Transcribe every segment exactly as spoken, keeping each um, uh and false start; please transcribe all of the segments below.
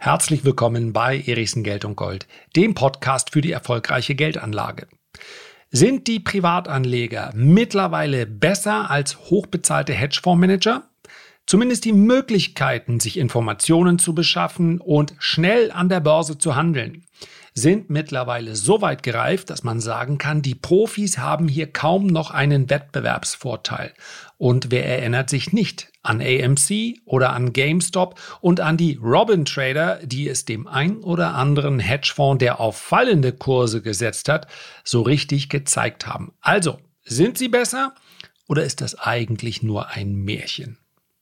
Herzlich willkommen bei Erichsen Geld und Gold, dem Podcast für die erfolgreiche Geldanlage. Sind die Privatanleger mittlerweile besser als hochbezahlte Hedgefondsmanager? Zumindest die Möglichkeiten, sich Informationen zu beschaffen und schnell an der Börse zu handeln, sind mittlerweile so weit gereift, dass man sagen kann, die Profis haben hier kaum noch einen Wettbewerbsvorteil. Und wer erinnert sich nicht an A M C oder an GameStop und an die Robin-Trader, die es dem ein oder anderen Hedgefonds, der auf fallende Kurse gesetzt hat, so richtig gezeigt haben. Also, sind sie besser oder ist das eigentlich nur ein Märchen?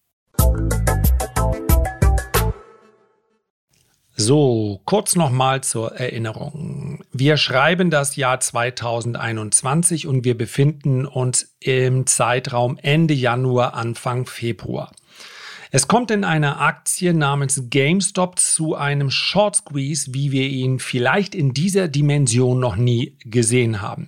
So, kurz nochmal zur Erinnerung. Wir schreiben das Jahr zweitausendeinundzwanzig und wir befinden uns im Zeitraum Ende Januar, Anfang Februar. Es kommt in einer Aktie namens GameStop zu einem Short Squeeze, wie wir ihn vielleicht in dieser Dimension noch nie gesehen haben.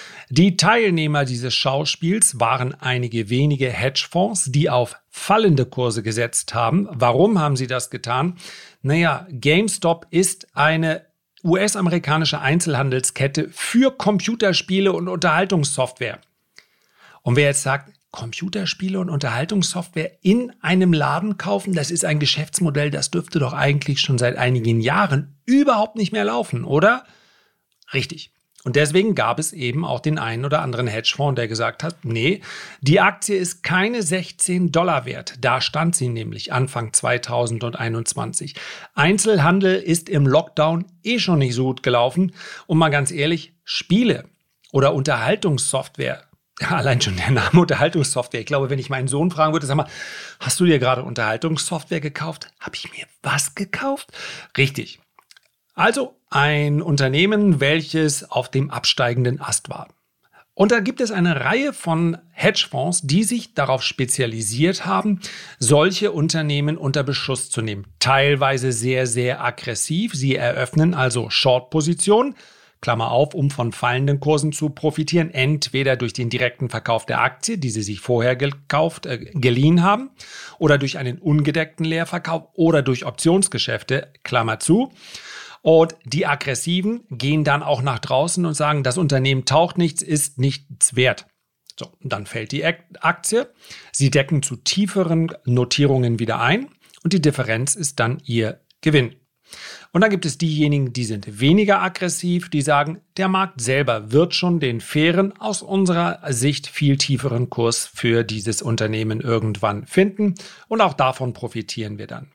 Die Teilnehmer dieses Schauspiels waren einige wenige Hedgefonds, die auf fallende Kurse gesetzt haben. Warum haben sie das getan? Naja, GameStop ist eine U S-amerikanische Einzelhandelskette für Computerspiele und Unterhaltungssoftware. Und wer jetzt sagt, Computerspiele und Unterhaltungssoftware in einem Laden kaufen, das ist ein Geschäftsmodell, das dürfte doch eigentlich schon seit einigen Jahren überhaupt nicht mehr laufen, oder? Richtig. Und deswegen gab es eben auch den einen oder anderen Hedgefonds, der gesagt hat, nee, die Aktie ist keine sechzehn Dollar wert. Da stand sie nämlich Anfang zweitausendeinundzwanzig. Einzelhandel ist im Lockdown eh schon nicht so gut gelaufen. Und mal ganz ehrlich, Spiele oder Unterhaltungssoftware, ja, allein schon der Name Unterhaltungssoftware. Ich glaube, wenn ich meinen Sohn fragen würde, sag mal, hast du dir gerade Unterhaltungssoftware gekauft? Habe ich mir was gekauft? Richtig. Also ein Unternehmen, welches auf dem absteigenden Ast war. Und da gibt es eine Reihe von Hedgefonds, die sich darauf spezialisiert haben, solche Unternehmen unter Beschuss zu nehmen. Teilweise sehr, sehr aggressiv. Sie eröffnen also Short-Positionen, Klammer auf, um von fallenden Kursen zu profitieren, entweder durch den direkten Verkauf der Aktie, die sie sich vorher gekauft, äh, geliehen haben, oder durch einen ungedeckten Leerverkauf oder durch Optionsgeschäfte, Klammer zu. Und die Aggressiven gehen dann auch nach draußen und sagen, das Unternehmen taucht nichts, ist nichts wert. So, dann fällt die Aktie. Sie decken zu tieferen Notierungen wieder ein und die Differenz ist dann ihr Gewinn. Und dann gibt es diejenigen, die sind weniger aggressiv, die sagen, der Markt selber wird schon den fairen, aus unserer Sicht viel tieferen Kurs für dieses Unternehmen irgendwann finden und auch davon profitieren wir dann.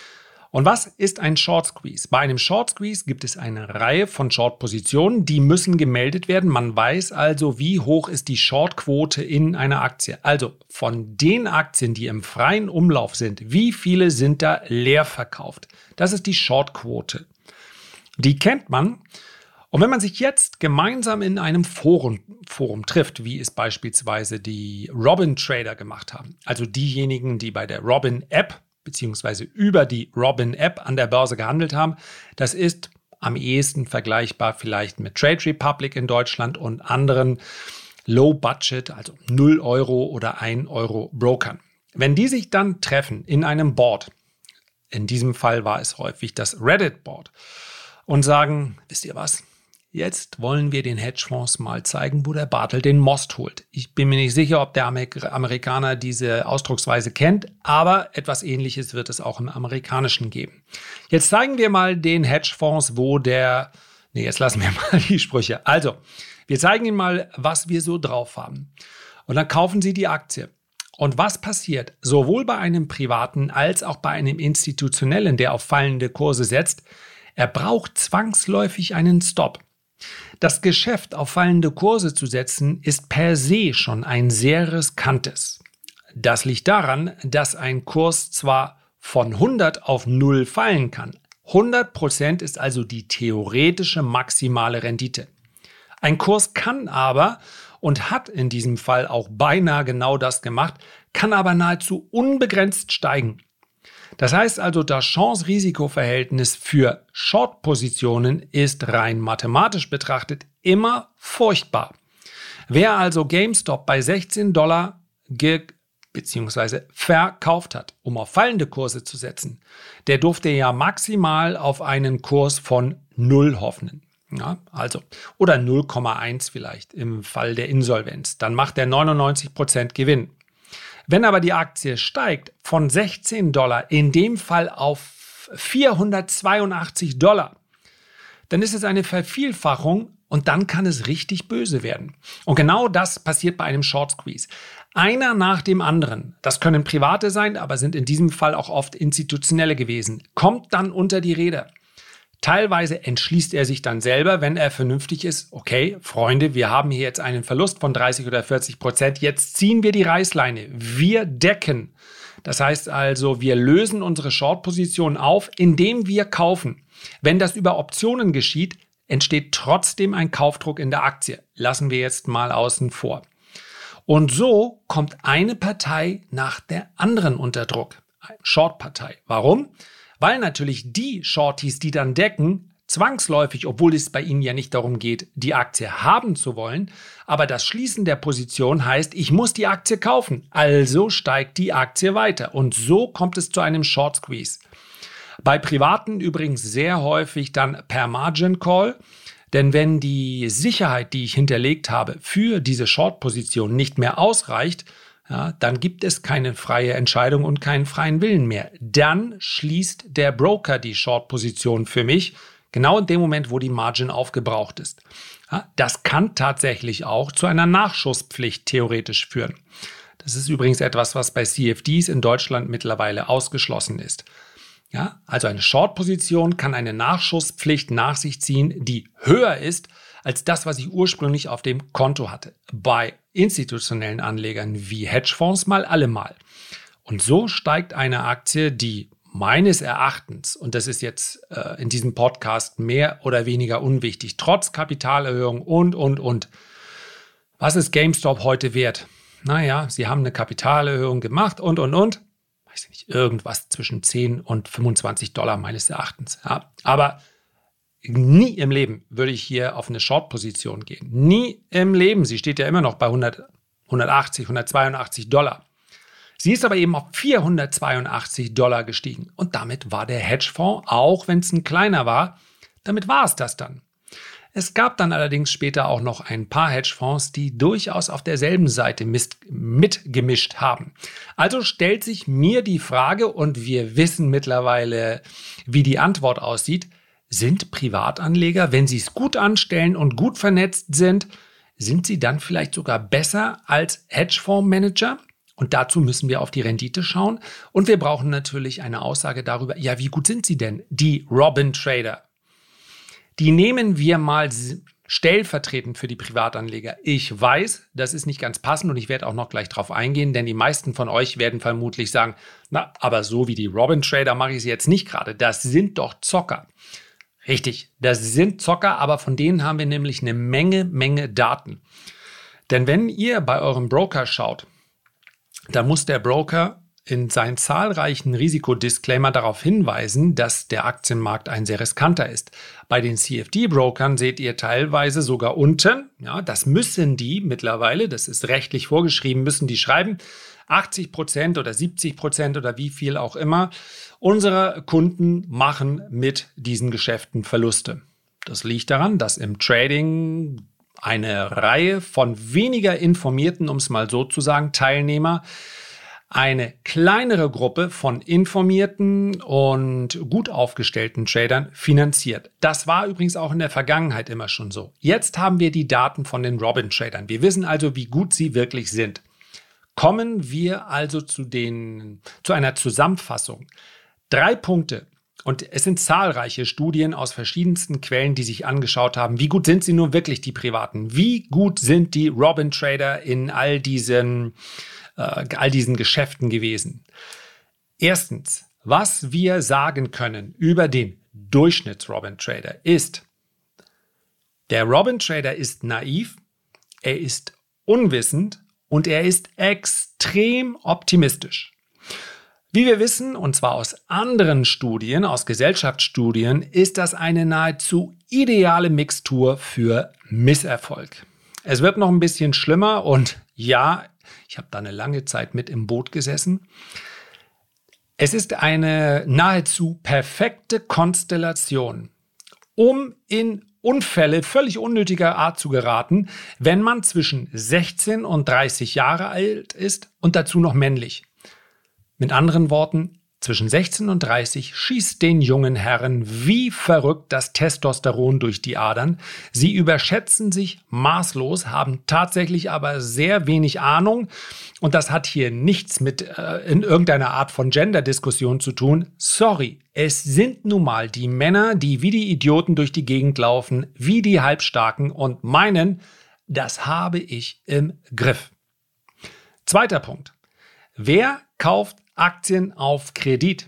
Und was ist ein Short Squeeze? Bei einem Short Squeeze gibt es eine Reihe von Short-Positionen, die müssen gemeldet werden. Man weiß also, wie hoch ist die Short-Quote in einer Aktie. Also von den Aktien, die im freien Umlauf sind, wie viele sind da leer verkauft? Das ist die Short-Quote. Die kennt man. Und wenn man sich jetzt gemeinsam in einem Forum, Forum trifft, wie es beispielsweise die Robin-Trader gemacht haben, also diejenigen, die bei der Robin-App beziehungsweise über die Robin-App an der Börse gehandelt haben. Das ist am ehesten vergleichbar vielleicht mit Trade Republic in Deutschland und anderen Low-Budget, also null Euro oder ein Euro Brokern. Wenn die sich dann treffen in einem Board, in diesem Fall war es häufig das Reddit-Board, und sagen, wisst ihr was? Jetzt wollen wir den Hedgefonds mal zeigen, wo der Bartel den Most holt. Ich bin mir nicht sicher, ob der Amerikaner diese Ausdrucksweise kennt, aber etwas Ähnliches wird es auch im Amerikanischen geben. Jetzt zeigen wir mal den Hedgefonds, wo der... Nee, jetzt lassen wir mal die Sprüche. Also, wir zeigen Ihnen mal, was wir so drauf haben. Und dann kaufen Sie die Aktie. Und was passiert? Sowohl bei einem Privaten als auch bei einem Institutionellen, der auf fallende Kurse setzt, er braucht zwangsläufig einen Stop. Das Geschäft auf fallende Kurse zu setzen, ist per se schon ein sehr riskantes. Das liegt daran, dass ein Kurs zwar von hundert auf null fallen kann. hundert Prozent ist also die theoretische maximale Rendite. Ein Kurs kann aber, und hat in diesem Fall auch beinahe genau das gemacht, kann aber nahezu unbegrenzt steigen. Das heißt also, das Chance-Risiko-Verhältnis für Short-Positionen ist rein mathematisch betrachtet immer furchtbar. Wer also GameStop bei sechzehn Dollar ge- bzw. verkauft hat, um auf fallende Kurse zu setzen, der durfte ja maximal auf einen Kurs von null hoffen. Ja, also, oder null Komma eins vielleicht im Fall der Insolvenz. Dann macht er neunundneunzig Prozent Gewinn. Wenn aber die Aktie steigt von sechzehn Dollar, in dem Fall auf vierhundertzweiundachtzig Dollar, dann ist es eine Vervielfachung und dann kann es richtig böse werden. Und genau das passiert bei einem Short Squeeze. Einer nach dem anderen, das können Private sein, aber sind in diesem Fall auch oft institutionelle gewesen, kommt dann unter die Räder. Teilweise entschließt er sich dann selber, wenn er vernünftig ist, okay, Freunde, wir haben hier jetzt einen Verlust von dreißig oder vierzig Prozent, jetzt ziehen wir die Reißleine, wir decken. Das heißt also, wir lösen unsere Short-Position auf, indem wir kaufen. Wenn das über Optionen geschieht, entsteht trotzdem ein Kaufdruck in der Aktie. Lassen wir jetzt mal außen vor. Und so kommt eine Partei nach der anderen unter Druck. Eine Short-Partei. Warum? Weil natürlich die Shorties, die dann decken, zwangsläufig, obwohl es bei ihnen ja nicht darum geht, die Aktie haben zu wollen, aber das Schließen der Position heißt, ich muss die Aktie kaufen, also steigt die Aktie weiter und so kommt es zu einem Short Squeeze. Bei Privaten übrigens sehr häufig dann per Margin Call, denn wenn die Sicherheit, die ich hinterlegt habe, für diese Short-Position nicht mehr ausreicht, ja, dann gibt es keine freie Entscheidung und keinen freien Willen mehr. Dann schließt der Broker die Short-Position für mich, genau in dem Moment, wo die Margin aufgebraucht ist. Ja, das kann tatsächlich auch zu einer Nachschusspflicht theoretisch führen. Das ist übrigens etwas, was bei C F Ds in Deutschland mittlerweile ausgeschlossen ist. Ja, also eine Short-Position kann eine Nachschusspflicht nach sich ziehen, die höher ist als das, was ich ursprünglich auf dem Konto hatte. Bei institutionellen Anlegern wie Hedgefonds mal allemal. Und so steigt eine Aktie, die meines Erachtens, und das ist jetzt äh, in diesem Podcast mehr oder weniger unwichtig, trotz Kapitalerhöhung und, und, und. Was ist GameStop heute wert? Naja, sie haben eine Kapitalerhöhung gemacht und, und, und. Weiß ich nicht, irgendwas zwischen zehn und fünfundzwanzig Dollar meines Erachtens. Ja, aber nie im Leben würde ich hier auf eine Short-Position gehen. Nie im Leben. Sie steht ja immer noch bei hundert, hundertachtzig, hundertzweiundachtzig Dollar. Sie ist aber eben auf vierhundertzweiundachtzig Dollar gestiegen. Und damit war der Hedgefonds, auch wenn es ein kleiner war, damit war es das dann. Es gab dann allerdings später auch noch ein paar Hedgefonds, die durchaus auf derselben Seite mitgemischt haben. Also stellt sich mir die Frage, und wir wissen mittlerweile, wie die Antwort aussieht, sind Privatanleger, wenn sie es gut anstellen und gut vernetzt sind, sind sie dann vielleicht sogar besser als Hedgefondsmanager? Und dazu müssen wir auf die Rendite schauen. Und wir brauchen natürlich eine Aussage darüber, ja, wie gut sind sie denn, die Robin-Trader? Die nehmen wir mal stellvertretend für die Privatanleger. Ich weiß, das ist nicht ganz passend und ich werde auch noch gleich drauf eingehen, denn die meisten von euch werden vermutlich sagen, na, aber so wie die Robin-Trader mache ich es jetzt nicht gerade. Das sind doch Zocker. Richtig, das sind Zocker, aber von denen haben wir nämlich eine Menge, Menge Daten. Denn wenn ihr bei eurem Broker schaut, dann muss der Broker in seinen zahlreichen Risikodisclaimer darauf hinweisen, dass der Aktienmarkt ein sehr riskanter ist. Bei den C F D-Brokern seht ihr teilweise sogar unten, ja, das müssen die mittlerweile, das ist rechtlich vorgeschrieben, müssen die schreiben, achtzig Prozent oder siebzig Prozent oder wie viel auch immer, unsere Kunden machen mit diesen Geschäften Verluste. Das liegt daran, dass im Trading eine Reihe von weniger informierten, um es mal so zu sagen, Teilnehmer eine kleinere Gruppe von informierten und gut aufgestellten Tradern finanziert. Das war übrigens auch in der Vergangenheit immer schon so. Jetzt haben wir die Daten von den Robin-Tradern. Wir wissen also, wie gut sie wirklich sind. Kommen wir also zu, den, zu einer Zusammenfassung. Drei Punkte. Und es sind zahlreiche Studien aus verschiedensten Quellen, die sich angeschaut haben, wie gut sind sie nun wirklich, die Privaten? Wie gut sind die Robin-Trader in all diesen, äh, all diesen Geschäften gewesen? Erstens, was wir sagen können über den Durchschnitts-Robin-Trader ist, der Robin-Trader ist naiv, er ist unwissend und er ist extrem optimistisch. Wie wir wissen, und zwar aus anderen Studien, aus Gesellschaftsstudien, ist das eine nahezu ideale Mixtur für Misserfolg. Es wird noch ein bisschen schlimmer und ja, ich habe da eine lange Zeit mit im Boot gesessen. Es ist eine nahezu perfekte Konstellation, um in Unfälle völlig unnötiger Art zu geraten, wenn man zwischen sechzehn und dreißig Jahre alt ist und dazu noch männlich. Mit anderen Worten, zwischen sechzehn und dreißig schießt den jungen Herren wie verrückt das Testosteron durch die Adern. Sie überschätzen sich maßlos, haben tatsächlich aber sehr wenig Ahnung. Und das hat hier nichts mit äh, in irgendeiner Art von Gender-Diskussion zu tun. Sorry, es sind nun mal die Männer, die wie die Idioten durch die Gegend laufen, wie die Halbstarken und meinen, das habe ich im Griff. Zweiter Punkt. Wer kauft Aktien auf Kredit?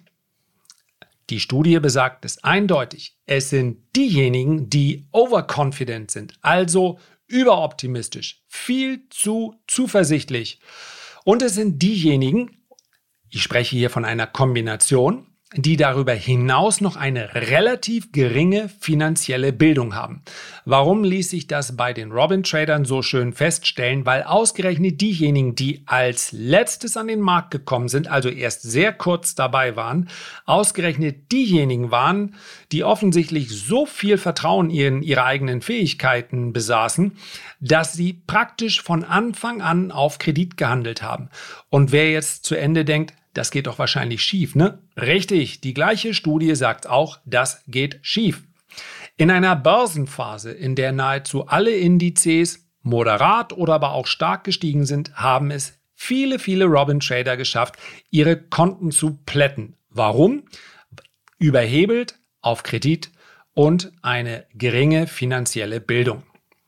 Die Studie besagt es eindeutig. Es sind diejenigen, die overconfident sind, also überoptimistisch, viel zu zuversichtlich. Und es sind diejenigen, ich spreche hier von einer Kombination, die darüber hinaus noch eine relativ geringe finanzielle Bildung haben. Warum ließ sich das bei den Robin-Tradern so schön feststellen? Weil ausgerechnet diejenigen, die als letztes an den Markt gekommen sind, also erst sehr kurz dabei waren, ausgerechnet diejenigen waren, die offensichtlich so viel Vertrauen in ihre eigenen Fähigkeiten besaßen, dass sie praktisch von Anfang an auf Kredit gehandelt haben. Und wer jetzt zu Ende denkt, das geht doch wahrscheinlich schief, ne? Richtig, die gleiche Studie sagt auch, das geht schief. In einer Börsenphase, in der nahezu alle Indizes moderat oder aber auch stark gestiegen sind, haben es viele, viele Robin-Trader geschafft, ihre Konten zu plätten. Warum? Überhebelt, auf Kredit und eine geringe finanzielle Bildung.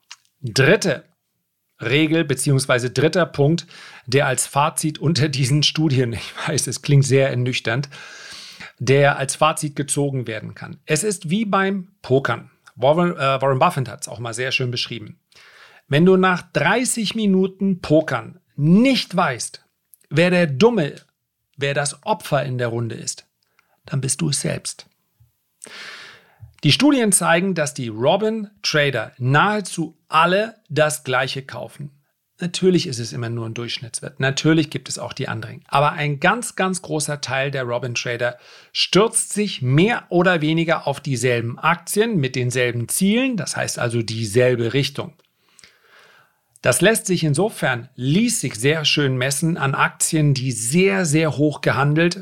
Dritte Regel bzw. dritter Punkt, der als Fazit unter diesen Studien, ich weiß, es klingt sehr ernüchternd, der als Fazit gezogen werden kann. Es ist wie beim Pokern. Warren, äh, Warren Buffett hat es auch mal sehr schön beschrieben. Wenn du nach dreißig Minuten Pokern nicht weißt, wer der Dumme, wer das Opfer in der Runde ist, dann bist du es selbst. Die Studien zeigen, dass die Robin-Trader nahezu alle das Gleiche kaufen. Natürlich ist es immer nur ein Durchschnittswert. Natürlich gibt es auch die anderen. Aber ein ganz, ganz großer Teil der Robin-Trader stürzt sich mehr oder weniger auf dieselben Aktien mit denselben Zielen, das heißt also dieselbe Richtung. Das lässt sich insofern, ließ sich sehr schön messen an Aktien, die sehr, sehr hoch gehandelt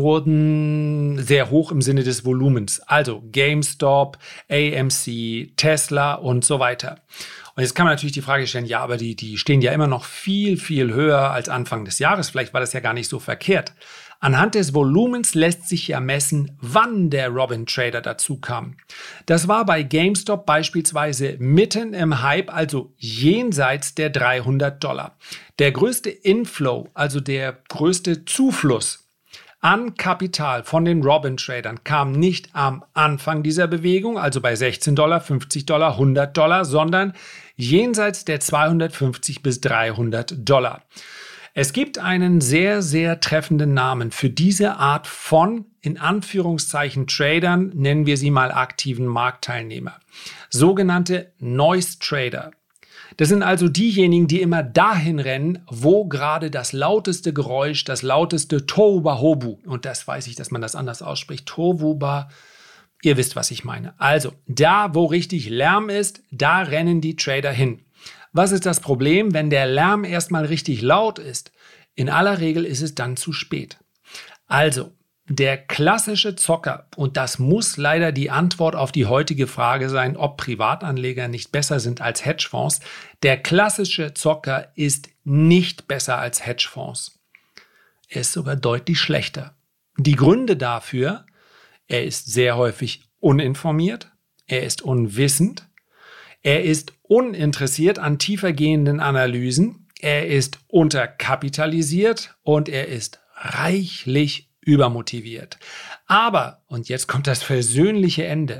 wurden, sehr hoch im Sinne des Volumens. Also GameStop, A M C, Tesla und so weiter. Und jetzt kann man natürlich die Frage stellen, ja, aber die, die stehen ja immer noch viel, viel höher als Anfang des Jahres. Vielleicht war das ja gar nicht so verkehrt. Anhand des Volumens lässt sich ja messen, wann der Robin-Trader dazu kam. Das war bei GameStop beispielsweise mitten im Hype, also jenseits der dreihundert Dollar. Der größte Inflow, also der größte Zufluss an Kapital von den Robin-Tradern kam nicht am Anfang dieser Bewegung, also bei sechzehn Dollar, fünfzig Dollar, hundert Dollar, sondern jenseits der zweihundertfünfzig bis dreihundert Dollar. Es gibt einen sehr, sehr treffenden Namen für diese Art von, in Anführungszeichen, Tradern, nennen wir sie mal aktiven Marktteilnehmer. Sogenannte Noise Trader. Das sind also diejenigen, die immer dahin rennen, wo gerade das lauteste Geräusch, das lauteste Tohuwabohu, und das weiß ich, dass man das anders ausspricht, Tohuwabohu, ihr wisst, was ich meine. Also, da, wo richtig Lärm ist, da rennen die Trader hin. Was ist das Problem, wenn der Lärm erstmal richtig laut ist? In aller Regel ist es dann zu spät. Also, der klassische Zocker, und das muss leider die Antwort auf die heutige Frage sein, ob Privatanleger nicht besser sind als Hedgefonds, der klassische Zocker ist nicht besser als Hedgefonds. Er ist sogar deutlich schlechter. Die Gründe dafür: er ist sehr häufig uninformiert, er ist unwissend, er ist uninteressiert an tiefergehenden Analysen, er ist unterkapitalisiert und er ist reichlich übermotiviert. Aber, und jetzt kommt das versöhnliche Ende,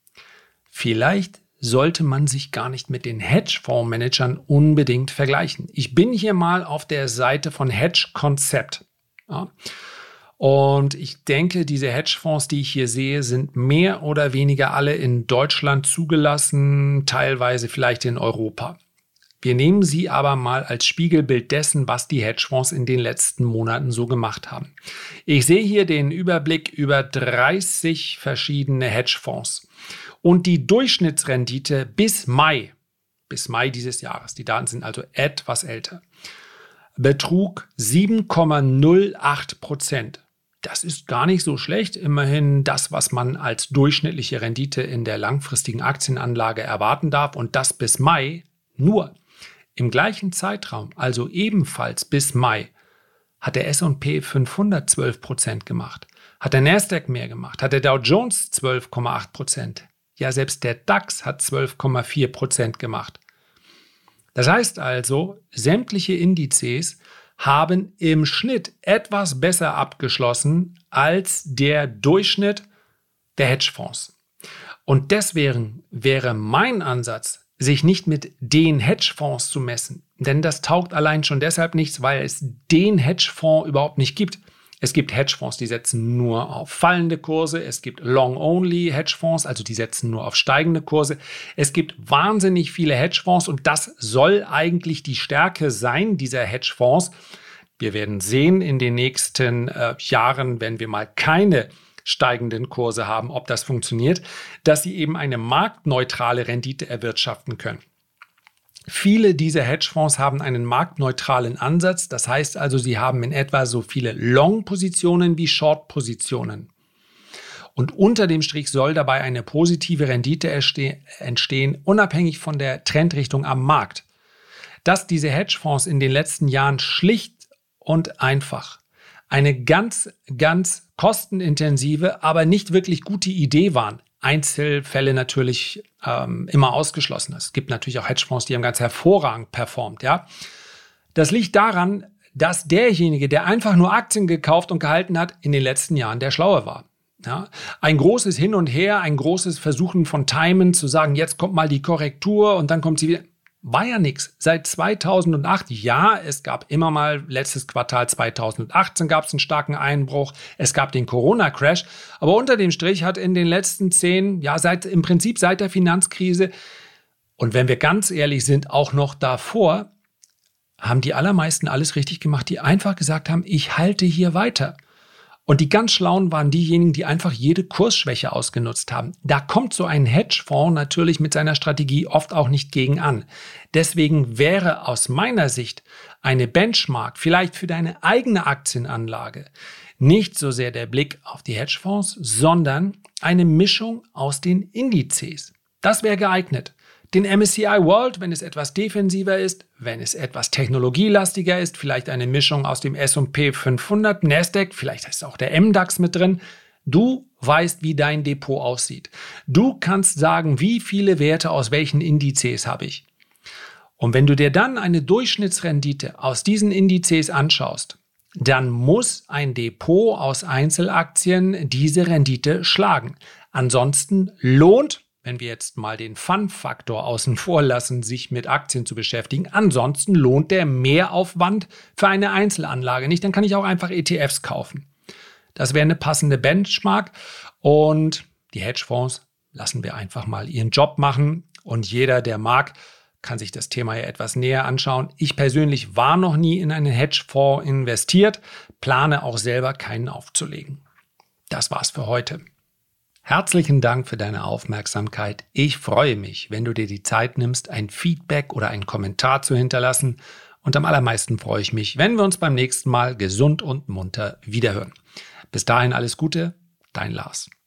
vielleicht sollte man sich gar nicht mit den Hedgefondsmanagern unbedingt vergleichen. Ich bin hier mal auf der Seite von Hedge Concept. Ja. Und ich denke, diese Hedgefonds, die ich hier sehe, sind mehr oder weniger alle in Deutschland zugelassen, teilweise vielleicht in Europa. Wir nehmen sie aber mal als Spiegelbild dessen, was die Hedgefonds in den letzten Monaten so gemacht haben. Ich sehe hier den Überblick über dreißig verschiedene Hedgefonds und die Durchschnittsrendite bis Mai, bis Mai dieses Jahres, die Daten sind also etwas älter, betrug sieben Komma null acht Prozent. Das ist gar nicht so schlecht. Immerhin das, was man als durchschnittliche Rendite in der langfristigen Aktienanlage erwarten darf. Und das bis Mai nur. Im gleichen Zeitraum, also ebenfalls bis Mai, hat der S und P fünfhundert zwölf Prozent gemacht. Hat der Nasdaq mehr gemacht. Hat der Dow Jones zwölf Komma acht Prozent. Ja, selbst der DAX hat zwölf Komma vier Prozent gemacht. Das heißt also, sämtliche Indizes haben im Schnitt etwas besser abgeschlossen als der Durchschnitt der Hedgefonds. Und deswegen wäre mein Ansatz, sich nicht mit den Hedgefonds zu messen. Denn das taugt allein schon deshalb nichts, weil es den Hedgefonds überhaupt nicht gibt. Es gibt Hedgefonds, die setzen nur auf fallende Kurse. Es gibt Long-Only-Hedgefonds, also die setzen nur auf steigende Kurse. Es gibt wahnsinnig viele Hedgefonds und das soll eigentlich die Stärke sein dieser Hedgefonds. Wir werden sehen in den nächsten äh, Jahren, wenn wir mal keine steigenden Kurse haben, ob das funktioniert, dass sie eben eine marktneutrale Rendite erwirtschaften können. Viele dieser Hedgefonds haben einen marktneutralen Ansatz. Das heißt also, sie haben in etwa so viele Long-Positionen wie Short-Positionen. Und unter dem Strich soll dabei eine positive Rendite entstehen, unabhängig von der Trendrichtung am Markt. Dass diese Hedgefonds in den letzten Jahren schlicht und einfach eine ganz, ganz kostenintensive, aber nicht wirklich gute Idee waren. Einzelfälle natürlich ähm, immer ausgeschlossen. Es gibt natürlich auch Hedgefonds, die haben ganz hervorragend performt. Ja? Das liegt daran, dass derjenige, der einfach nur Aktien gekauft und gehalten hat, in den letzten Jahren der Schlaue war. Ja? Ein großes Hin und Her, ein großes Versuchen von Timen, zu sagen, jetzt kommt mal die Korrektur und dann kommt sie wieder. War ja nichts. Seit zweitausendacht, ja, es gab immer mal, letztes Quartal zweitausendachtzehn gab es einen starken Einbruch, es gab den Corona-Crash, aber unter dem Strich hat in den letzten zehn, ja, seit, im Prinzip seit der Finanzkrise, und wenn wir ganz ehrlich sind, auch noch davor, haben die allermeisten alles richtig gemacht, die einfach gesagt haben, ich halte hier weiter. Und die ganz Schlauen waren diejenigen, die einfach jede Kursschwäche ausgenutzt haben. Da kommt so ein Hedgefonds natürlich mit seiner Strategie oft auch nicht gegen an. Deswegen wäre aus meiner Sicht eine Benchmark vielleicht für deine eigene Aktienanlage nicht so sehr der Blick auf die Hedgefonds, sondern eine Mischung aus den Indizes. Das wäre geeignet. Den M S C I World, wenn es etwas defensiver ist, wenn es etwas technologielastiger ist, vielleicht eine Mischung aus dem S und P fünfhundert, Nasdaq, vielleicht ist auch der M DAX mit drin. Du weißt, wie dein Depot aussieht. Du kannst sagen, wie viele Werte aus welchen Indizes habe ich. Und wenn du dir dann eine Durchschnittsrendite aus diesen Indizes anschaust, dann muss ein Depot aus Einzelaktien diese Rendite schlagen. Ansonsten lohnt, wenn wir jetzt mal den Fun-Faktor außen vor lassen, sich mit Aktien zu beschäftigen, ansonsten lohnt der Mehraufwand für eine Einzelanlage nicht. Dann kann ich auch einfach E T Fs kaufen. Das wäre eine passende Benchmark und die Hedgefonds lassen wir einfach mal ihren Job machen und jeder, der mag, kann sich das Thema ja etwas näher anschauen. Ich persönlich war noch nie in einen Hedgefonds investiert, plane auch selber keinen aufzulegen. Das war's für heute. Herzlichen Dank für deine Aufmerksamkeit. Ich freue mich, wenn du dir die Zeit nimmst, ein Feedback oder einen Kommentar zu hinterlassen. Und am allermeisten freue ich mich, wenn wir uns beim nächsten Mal gesund und munter wiederhören. Bis dahin alles Gute, dein Lars.